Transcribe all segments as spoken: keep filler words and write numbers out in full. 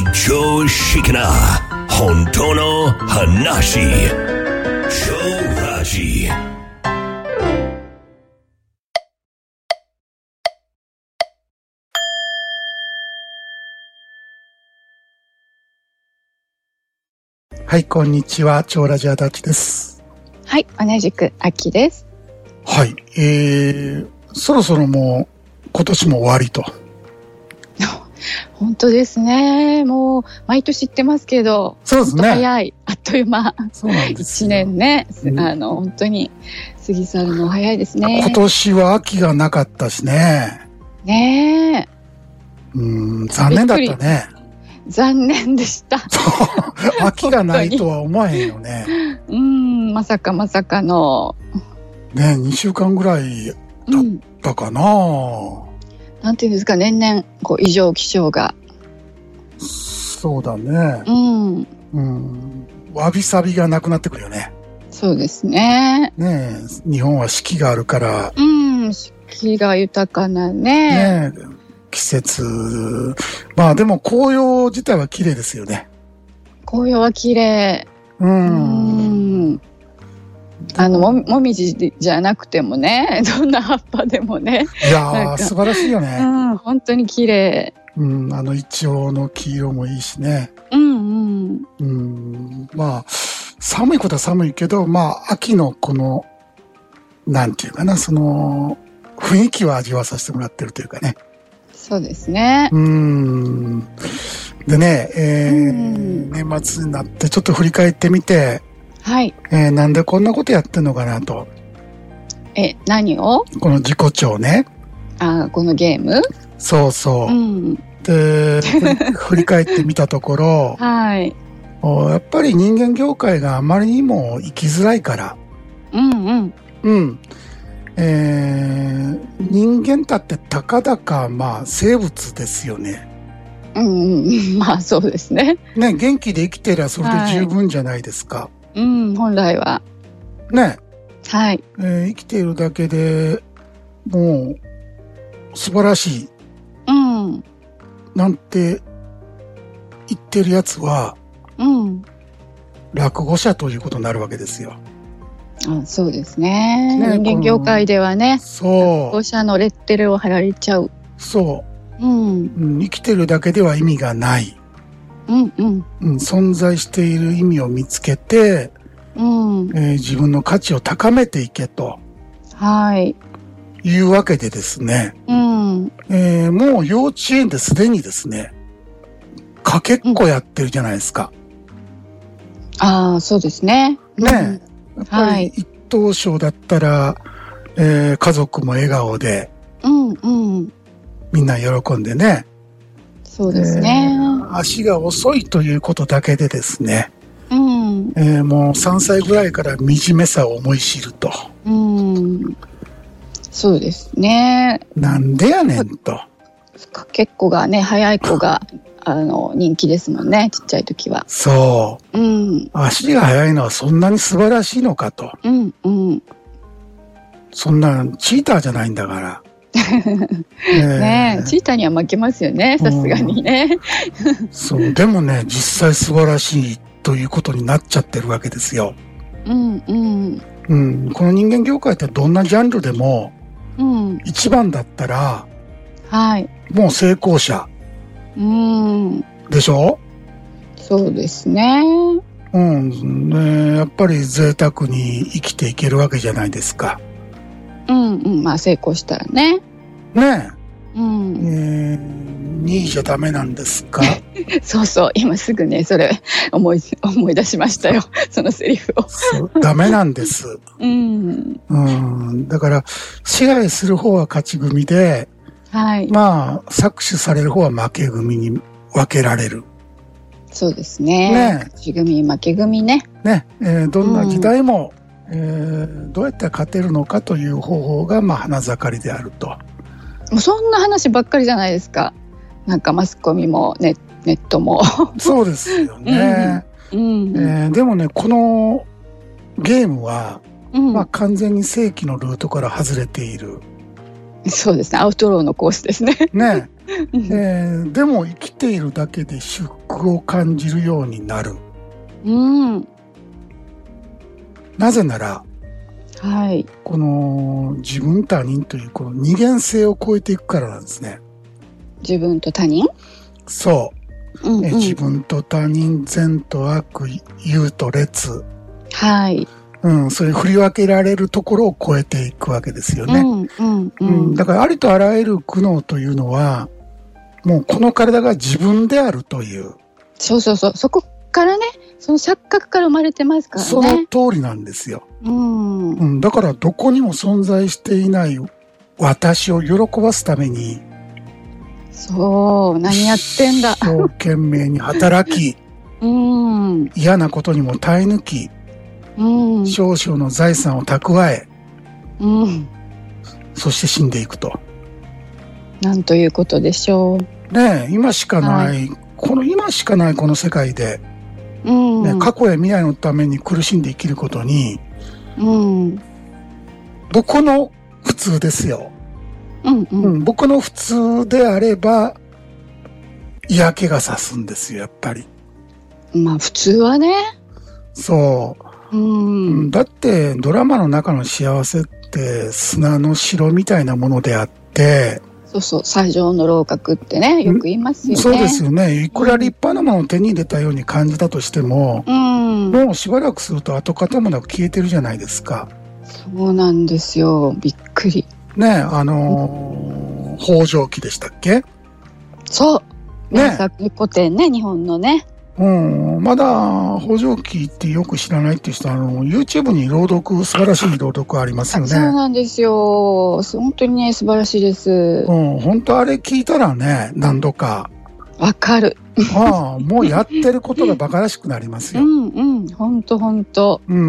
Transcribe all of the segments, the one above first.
常識な本当の話。超ラジ。 はい、こんにちは。超ラジアダチです。 はい、同じくあきです。 はい、えー、そろそろもう今年も終わりと。 本当ですね。もう毎年言ってますけど、 そうですね。 早い、あっという間。 そうなんですよ。 いちねんね、 うん、 あの本当に過ぎ去るの早いですね。 今年は秋がなかったしね。 ねえ。 うん、残念だったね。 残念でした。 秋がないとは思えへんよね。 うん、まさかまさかの。 ね、にしゅうかんぐらい経ったかな。うん、 なんていうんですか、年々こう異常気象が。 そうだね。 うん。 うん。わびさびがなくなってくるよね。 そうですね。 ねえ、日本は四季があるから。 うん、四季が豊かなね。 ねえ、季節。まあでも紅葉自体は綺麗ですよね。 紅葉は綺麗。 うん。 うんあのも、もみじじゃなくてもね、どんな葉っぱでもね。 いやー、素晴らしいよね。 うん、本当に綺麗。 うん、あの、イチョウの黄色もいいしね。 うんうん。 うん、まあ、寒いことは寒いけど、まあ、秋のこの、なんていうかな、その、雰囲気は味わわさせてもらってるというかね。 そうですね。 うん。でね、えー、年末になってちょっと振り返ってみて、 はい。 えー、なんでこんなことやってんのかなと。 え、何を？この自己調ね。 あ、このゲーム？ そうそう。うん、で、振り返ってみたところ、 はい。 やっぱり人間業界があまりにも生きづらいから。 うんうん。 うん。えー、人間だってたかだか、まあ、生物ですよね。 うんうん。まあ、そうですね。 ね、元気で生きてりゃそれで十分じゃないですか。はい、 うん、本来は。 ね。 はい。 えー、生きているだけでもう素晴らしい。 うん。 なんて言ってるやつは、 うん。 落語者ということになるわけですよ。 あ、そうですね。ね、人間業界ではね、 そう。 落語者のレッテルを貼られちゃう。 そう。うん。うん、生きてるだけでは意味がない。 うんうん。 うん、存在している意味を見つけて、うんえー、自分の価値を高めていけと。 はい。 いうわけでですね。 うん。 えー、もう幼稚園ですでにですね、かけっこやってるじゃないですか。 うん、ああ、そうですね。 ねえ。うん、やっぱり一等賞だったら、はいえー、家族も笑顔で、 うんうん。 みんな喜んでね。 そうですね、 えー。足が遅いということだけでですね。 うんえー、もうさんさいぐらいから惨めさを思い知ると。 うん。そうですね。 なんでやねんと。 結構がね、早い子があの人気ですもんね、ちっちゃい時は。 そう。 うん。 足が速いのはそんなに素晴らしいのかと。 うんうん。 そんなチーターじゃないんだから。 ねえ、チーターには負けますよね、さすがにね。 そう、でもね、実際素晴らしいということになっちゃってるわけですよ。 うんうん。 うん、この人間業界ってどんなジャンルでも、うん、一番だったら、 はい。 もう成功者。 うん。 でしょ？ そうですね。 うん、ね、やっぱり贅沢に生きていけるわけじゃないですか。 うんうん、まあ成功したらね。 ねえ。うん。 えー、にいじゃダメなんですか？ そうそう、今すぐね、それ思い、思い出しましたよ。そのセリフを。 そう、ダメなんです。 うん。 うん。だから、支配する方は勝ち組で、 はい。 まあ、搾取される方は負け組に分けられる。 そうですね。 ね。 勝ち組、負け組ね。 ね。えー、どんな時代も、うん、えー、どうやって勝てるのかという方法が、まあ、花盛りであると。 もうそんな話ばっかりじゃないですか。なんかマスコミもネ、ネットも。 そうですよね。うんうんえー、でもね、このゲームは、うん、まあ完全に正規のルートから外れている。 そうですね。アウトローのコースですね。 ねえー、でも生きているだけで至福を感じるようになる。 うん。 なぜなら、 はい。 この自分他人というこの二元性を超えていくからなんですね。 自分と他人？ そう。 うんうん、 え自分と他人、善と悪、優と劣。 はい。 うん、そういう振り分けられるところを超えていくわけですよね。 うんうんうんうん、だからありとあらゆる苦悩というのは、もうこの体が自分であるという。 そうそうそう。そこからね、その錯覚から生まれてますからね。 その通りなんですよ。 うん。 うん、だからどこにも存在していない私を喜ばすために、 そう、何やってんだ。 一生懸命に働き、 うん、 嫌なことにも耐え抜き、 うん、 少々の財産を蓄え、 うん、 そして死んでいくと。 なんということでしょう。 ねえ、今しかない、はい、この今しかないこの世界で、 うんね、過去や未来のために苦しんで生きることに、 うん、 僕の普通ですよ。 うんうんうん、僕の普通であれば嫌気がさすんですよ、やっぱり。 まあ普通はね。 そう、うん、だってドラマの中の幸せって砂の城みたいなものであって、 そうそう、最上の楼閣ってね、よく言いますよね。 そうですよね。いくら立派なものを手に入れたように感じたとしても、うん、もうしばらくすると跡形もなく消えてるじゃないですか。 そうなんですよ。びっくり。 ね、あのー、北条記でしたっけ？ そう。ね。名作古典ね、日本のね。 うん。まだ北条記ってよく知らないっていう人は、あの、YouTube に朗読、素晴らしい朗読ありますよね。 そうなんですよ。本当にね、素晴らしいです。 うん。本当あれ聞いたらね、何度か。 わかる。 ああ、もうやってることが馬鹿らしくなりますよ。 うんうん。本当本当。 うん。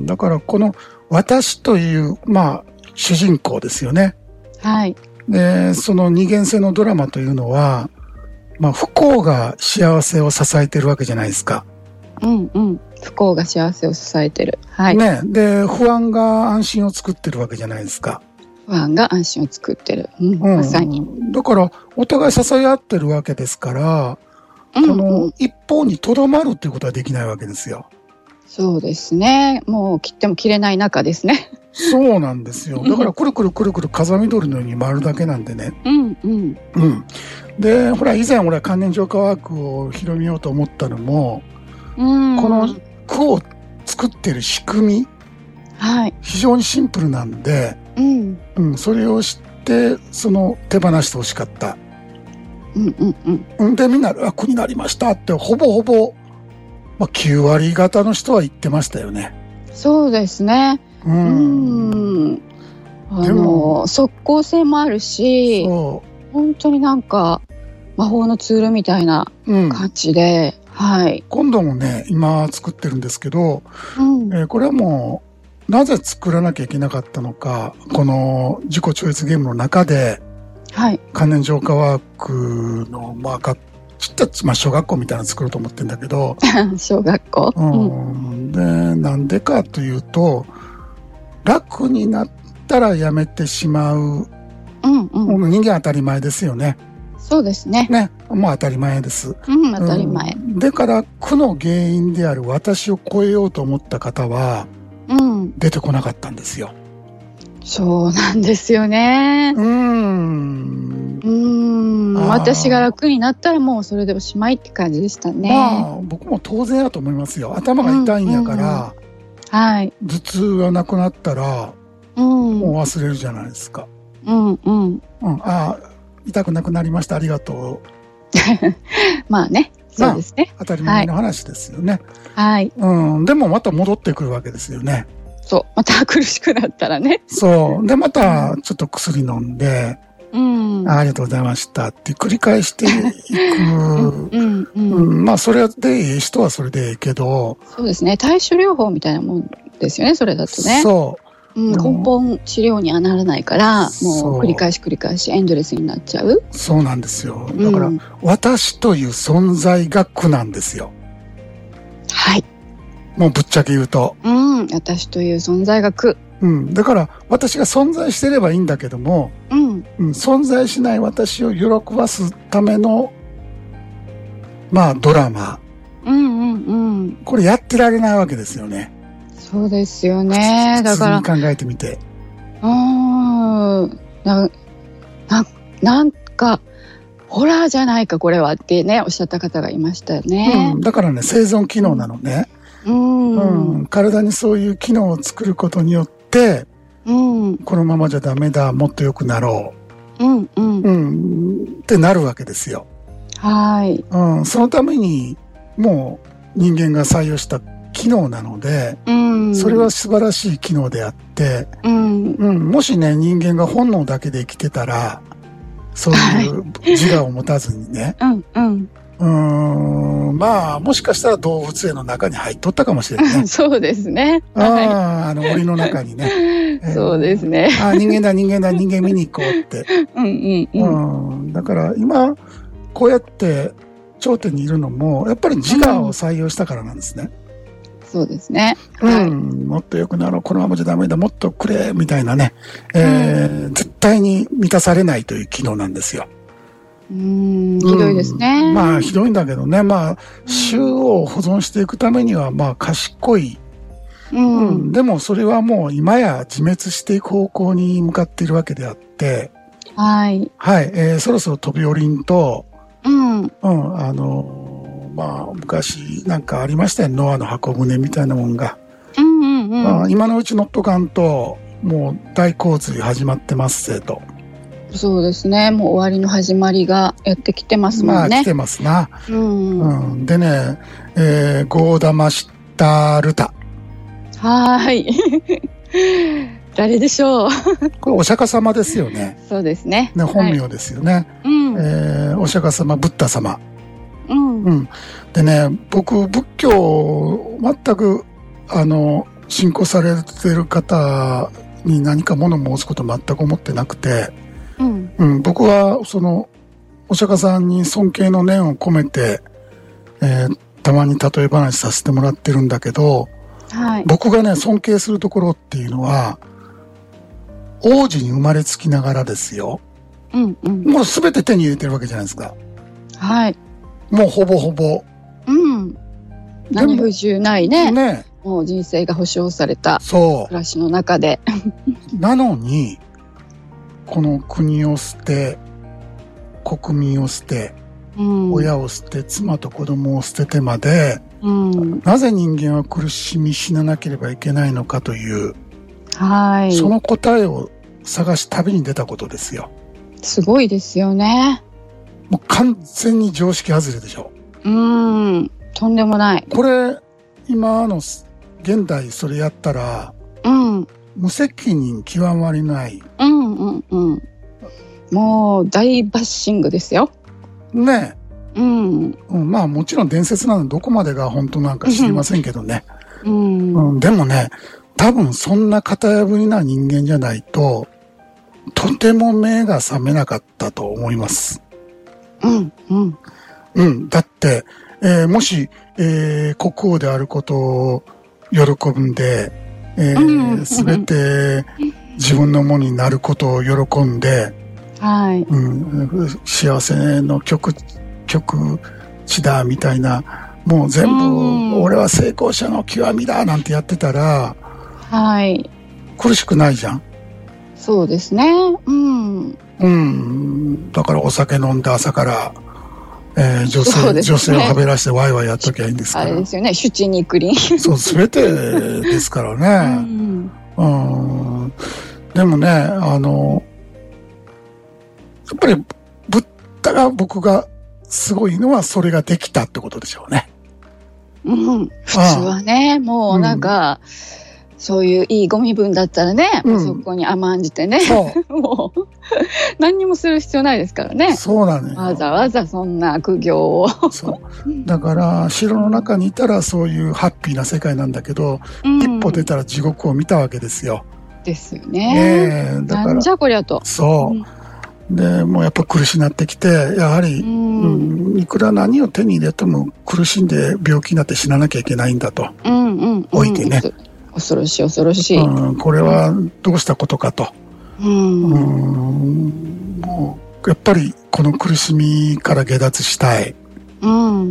だからこの私という、まあ、主人公ですよね。 はい。 で、その二元性のドラマというのは、まあ、不幸が幸せを支えてるわけじゃないですか。 うんうん。不幸が幸せを支えてる。はい。 ね。で、不安が安心を作ってるわけじゃないですか。 不安が安心を作ってる。うん。うん、まさに。 だから、お互い支え合ってるわけですから、うんうん、この一方にとどまるっていうことはできないわけですよ。 そうですね。もう切っても切れない中ですね。 そうなんですよ。だからくるくるくるくる風見鶏のように回るだけなんでね。 うんうん。 うん。で、ほら、以前俺は関連浄化ワークを広めようと思ったのも、うん、この句を作ってる仕組み、 はい、 非常にシンプルなんで、うんうん、それを知ってその手放してほしかった。 うんうんうん。 で、みんな楽になりましたってほぼほぼ、まあ、きゅうわり方の人は言ってましたよね。 そうですね。うん。うんあの即効性もあるし、本当になんか魔法のツールみたいな感じで、うん、はい。 今度もね、今作ってるんですけど、うんえー、これはもうなぜ作らなきゃいけなかったのか、この自己超越ゲームの中で、 はい。 関連浄化ワークのまあちっちゃい、まあ、小学校みたいなの作ろうと思ってるんだけど、 小学校、 うん、でなんでかというと、楽になったらやめてしまう、うんうん、人間当たり前ですよね。 そうですね。 ね、もう当たり前です。 うん、当たり前。 うん、だから苦の原因である私を超えようと思った方は、うん、出てこなかったんですよ。 そうなんですよね。 うーん。 うーん。私が楽になったらもうそれでおしまいって感じでしたね。 まあ、僕も当然だと思いますよ。頭が痛いんやから、うんうん、 はい。 頭痛がなくなったら、うん、もう忘れるじゃないですか。 うんうん。 うん、ああ、痛くなくなりました、ありがとう。 まあね、そうですね。 まあ、当たり前の話ですよね。 はい。 うん、でもまた戻ってくるわけですよね。 そう、また苦しくなったらね。 そう。で、またちょっと薬飲んで、うん、あ, ありがとうございましたって繰り返していく。うんうんうんうん、まあ、それでいい人はそれでいいけど。 そうですね。対処療法みたいなもんですよね、それだとね。 そう。 うん、根本治療にはならないから、もう繰り返し繰り返しエンドレスになっちゃう。 そうなんですよ。だから、うん、私という存在が苦なんですよ。 はい。 もうぶっちゃけ言うと。 うん、私という存在が苦。 うん。だから、私が存在してればいいんだけども、うん。うん、存在しない私を喜ばすための、まあ、ドラマ。うんうんうん。これやってられないわけですよね。 そうですよね。だから。 普通に考えてみて。 うん。な、な、なんか、ホラーじゃないか、これはってね、おっしゃった方がいましたよね。 うん。だからね、生存機能なのね。うん。うん。体にそういう機能を作ることによって、うん。このままじゃダメだ、もっと良くなろう。うんうん。うん。ってなるわけですよ。はい。うん。そのために、もう人間が採用した機能なので、うん、それは素晴らしい機能であって、うんうん、もしね人間が本能だけで生きてたらそういう自我を持たずにね、うんうん、うーんまあもしかしたら動物園の中に入っとったかもしれないね。 そうですね。 ああ、はい、あの森の中にね。 えー、そうですね。 あ人間だ人間だ人間見に行こうって。うんうんうん、うん。だから今こうやって頂点にいるのもやっぱり自我を採用したからなんですね。 そうですね。 はい、うん、もっと良くなろう、このままじゃダメだ、もっとくれみたいなね、えーうん、絶対に満たされないという機能なんですよ。 うーん、ひどいですね。 うん、まあひどいんだけどね、まあ種を保存していくためにはまあ賢い。うん、うん、でもそれはもう今や自滅していく方向に向かっているわけであって、はい、はい、えー、そろそろ飛び降りんと、うん、うん、あの。まあ、昔なんかありましたよ、ノアの箱舟みたいなもんが、うんうんうんまあ、今のうち乗っとかんともう大洪水始まってますぜと。 そうですね、もう終わりの始まりがやってきてますもんね。 まあ来てますな、うんうん、でね、えー、ゴーダマシタルタはい誰でしょうこれお釈迦様ですよね。 そうですね、 ね本名ですよね、はいうんえー、お釈迦様ブッダ様うんうん、でね僕仏教全くあの信仰されてる方に何か物申すこと全く思ってなくて、うんうん、僕はそのお釈迦さんに尊敬の念を込めて、えー、たまに例え話させてもらってるんだけど、はい、僕がね尊敬するところっていうのは王子に生まれつきながらですよ、うんうん、もう全て手に入れてるわけじゃないですか。はいもうほぼほぼ。うん。 何不自由ないね。ね。もう人生が保障された暮らしの中で。 なのに、この国を捨て、国民を捨て、うん、親を捨て、妻と子供を捨ててまで、うん、なぜ人間は苦しみ死ななければいけないのかという、はい。その答えを探し旅に出たことですよ。 すごいですよね。 もう完全に常識外れでしょ。 うーん、とんでもない。 これ今の現代それやったら、うん、無責任極まりない。うんうんうん。 もう大バッシングですよ。 ねえ。うん。うん、まあもちろん伝説なのでどこまでが本当なんか知りませんけどね。うん。うん、でもね、多分そんな型破りな人間じゃないと、とても目が覚めなかったと思います。うんうんうん、だって、えー、もし、えー、国王であることを喜んで、えー、すべて自分のものになることを喜んで、はいうん、幸せの極極地だみたいな、もう全部俺は成功者の極みだなんてやってたら、はい、苦しくないじゃん。 そうですね。うん。 うん。だからお酒飲んで朝から、えー、女性、ね、女性をはべらしてワイワイやっときゃいいんですから。 あれですよね。シュチニクリン。 そう、すべてですからね。うん、うん。でもね、あの、やっぱり、ブッダが僕がすごいのはそれができたってことでしょうね。 うん。普通はね、もうなんか、うんそういういいご身分だったらね、うん、そこに甘んじてね、もう何にもする必要ないですからね。 そうなのよ。 わざわざそんな苦行を。 そう。だから城の中にいたらそういうハッピーな世界なんだけど、うん、一歩出たら地獄を見たわけですよ。 ですよね。 ね、だからなんじゃこりゃと。 そう。うんでもうやっぱ苦しくなってきて、やはり、うんうん、いくら何を手に入れても苦しんで病気になって死ななきゃいけないんだと、うんうん、置いてね、 恐ろしい恐ろしい、 うん、これはどうしたことかと、うん、うんもうやっぱりこの苦しみから下脱したい、うん、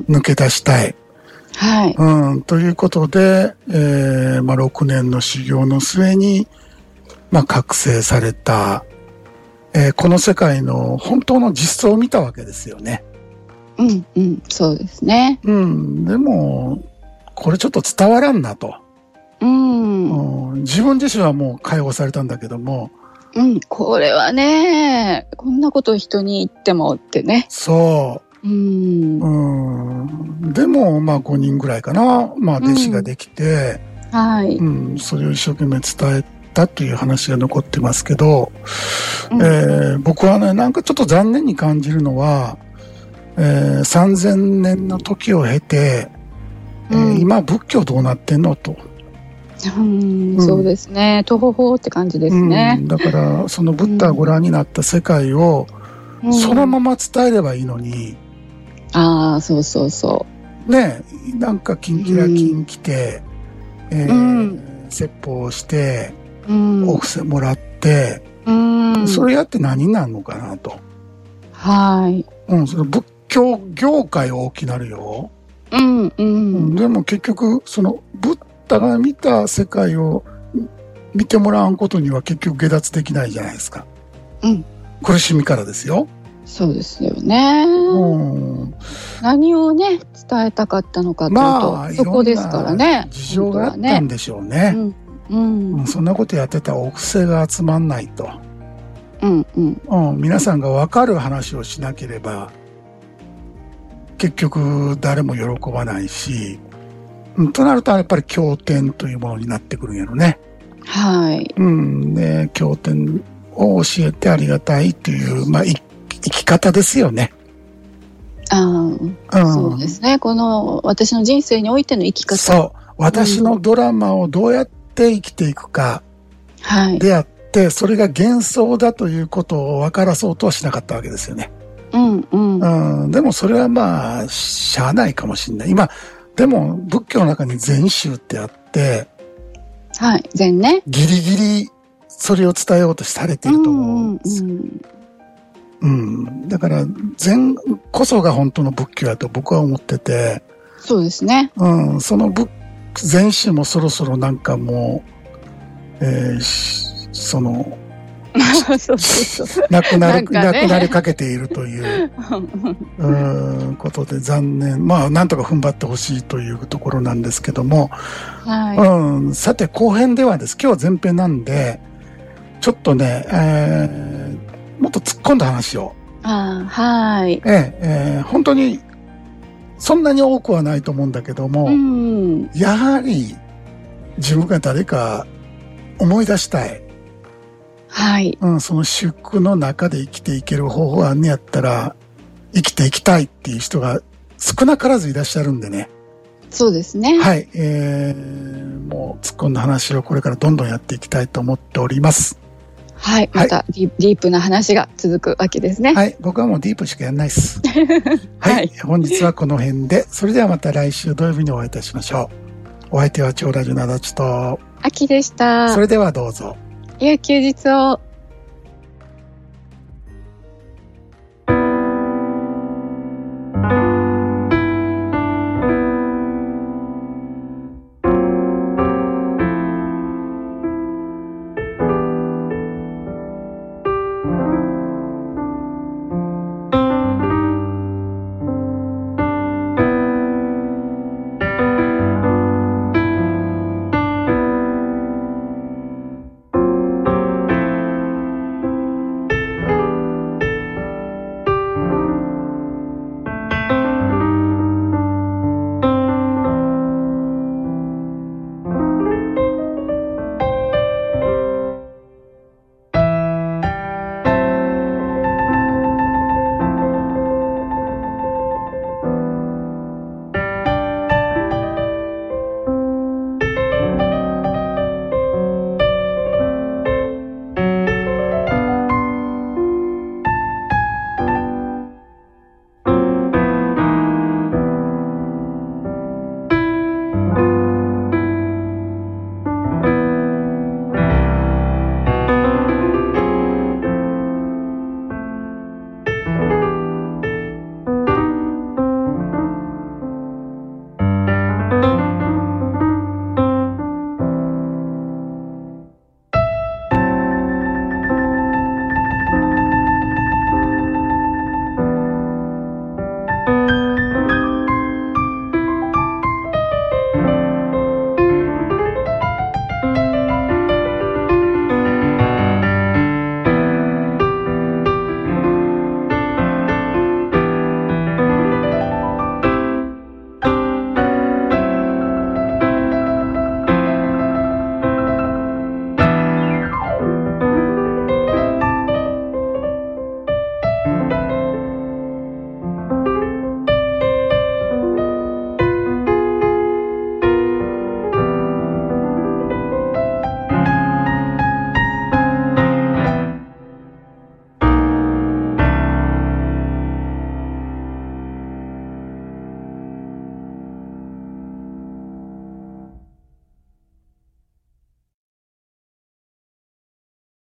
抜け出したい、はいうん、ということで、えーまあ、ろくねんの修行の末に、まあ、覚醒された、えー、この世界の本当の実相を見たわけですよね。 うんうん、そうですね。 うん、でもこれちょっと伝わらんなと、うんうん、自分自身はもう解放されたんだけども、 うん、これはね、こんなこと人に言ってもってね。 そう。うん。うん。でも、まあごにんぐらいかな。まあ弟子ができて、うん、はい。うん。それを一生懸命伝えたという話が残ってますけど、うん、えー、僕はね、なんかちょっと残念に感じるのは、えー、さんぜんねんの時を経て、えーうん、今仏教どうなってんのと。 うん、うん、そうですね。とほほって感じですね。 うん、だからそのブッダがご覧になった世界をそのまま伝えればいいのに、 うん、ああそうそうそうねえ、なんかキンキラキン来て、うん、えーうん、説法して、うん、お布施もらって、うん、それやって何になるのかなと。はい。うん、その仏教業界大きなるよ。うんうん。でも結局そのブッダが見た世界を見てもらわんことには結局下脱できないじゃないですか。うん。苦しみからですよ。 そうですよね。うん。何をね伝えたかったのかというと、まあ、そこですからね。 事情があったんでしょうね。うんうんうん、そんなことやってたらお布施が集まんないと。うんうんうん、皆さんが分かる話をしなければ結局誰も喜ばないし、となるとやっぱり経典というものになってくるんやろね。はい。うん。で、経典を教えてありがたいという、まあ、生き方ですよね。 ああ、うん、そうですね。この私の人生においての生き方。 そう。私のドラマをどうやって生きていくかであって、はい、それが幻想だということを分からそうとはしなかったわけですよね。うんうん。うん、でもそれはまあ、しゃあないかもしれない。今、でも仏教の中に禅宗ってあって、 はい、禅ね。 ギリギリそれを伝えようとされていると思うんです。うん、うん、だから禅こそが本当の仏教だと僕は思ってて。 そうですね。 うん、その仏禅宗もそろそろなんかもう、えー、そのそうそうそうなくなる、ね、なくなりかけているといううことで残念。まあなんとか踏ん張ってほしいというところなんですけども、はい、うん、さて後編ではです。今日は前編なんでちょっとね、えー、もっと突っ込んだ話を。あ、はい。えー、えー、本当にそんなに多くはないと思うんだけども、うん、やはり自分が誰か思い出したい。はい。うん、その私服の中で生きていける方法あんねやったら、生きていきたいっていう人が少なからずいらっしゃるんでね。 そうですね。 はい。えー、もう突っ込んだ話をこれからどんどんやっていきたいと思っております。 はい。またディ、はい、ディープな話が続くわけですね。 はい。僕はもうディープしかやんないです。はい、はい。本日はこの辺で、それではまた来週土曜日にお会いいたしましょう。お相手は超ラジオなだちと、 あきでした。 それではどうぞ。 良い休日を。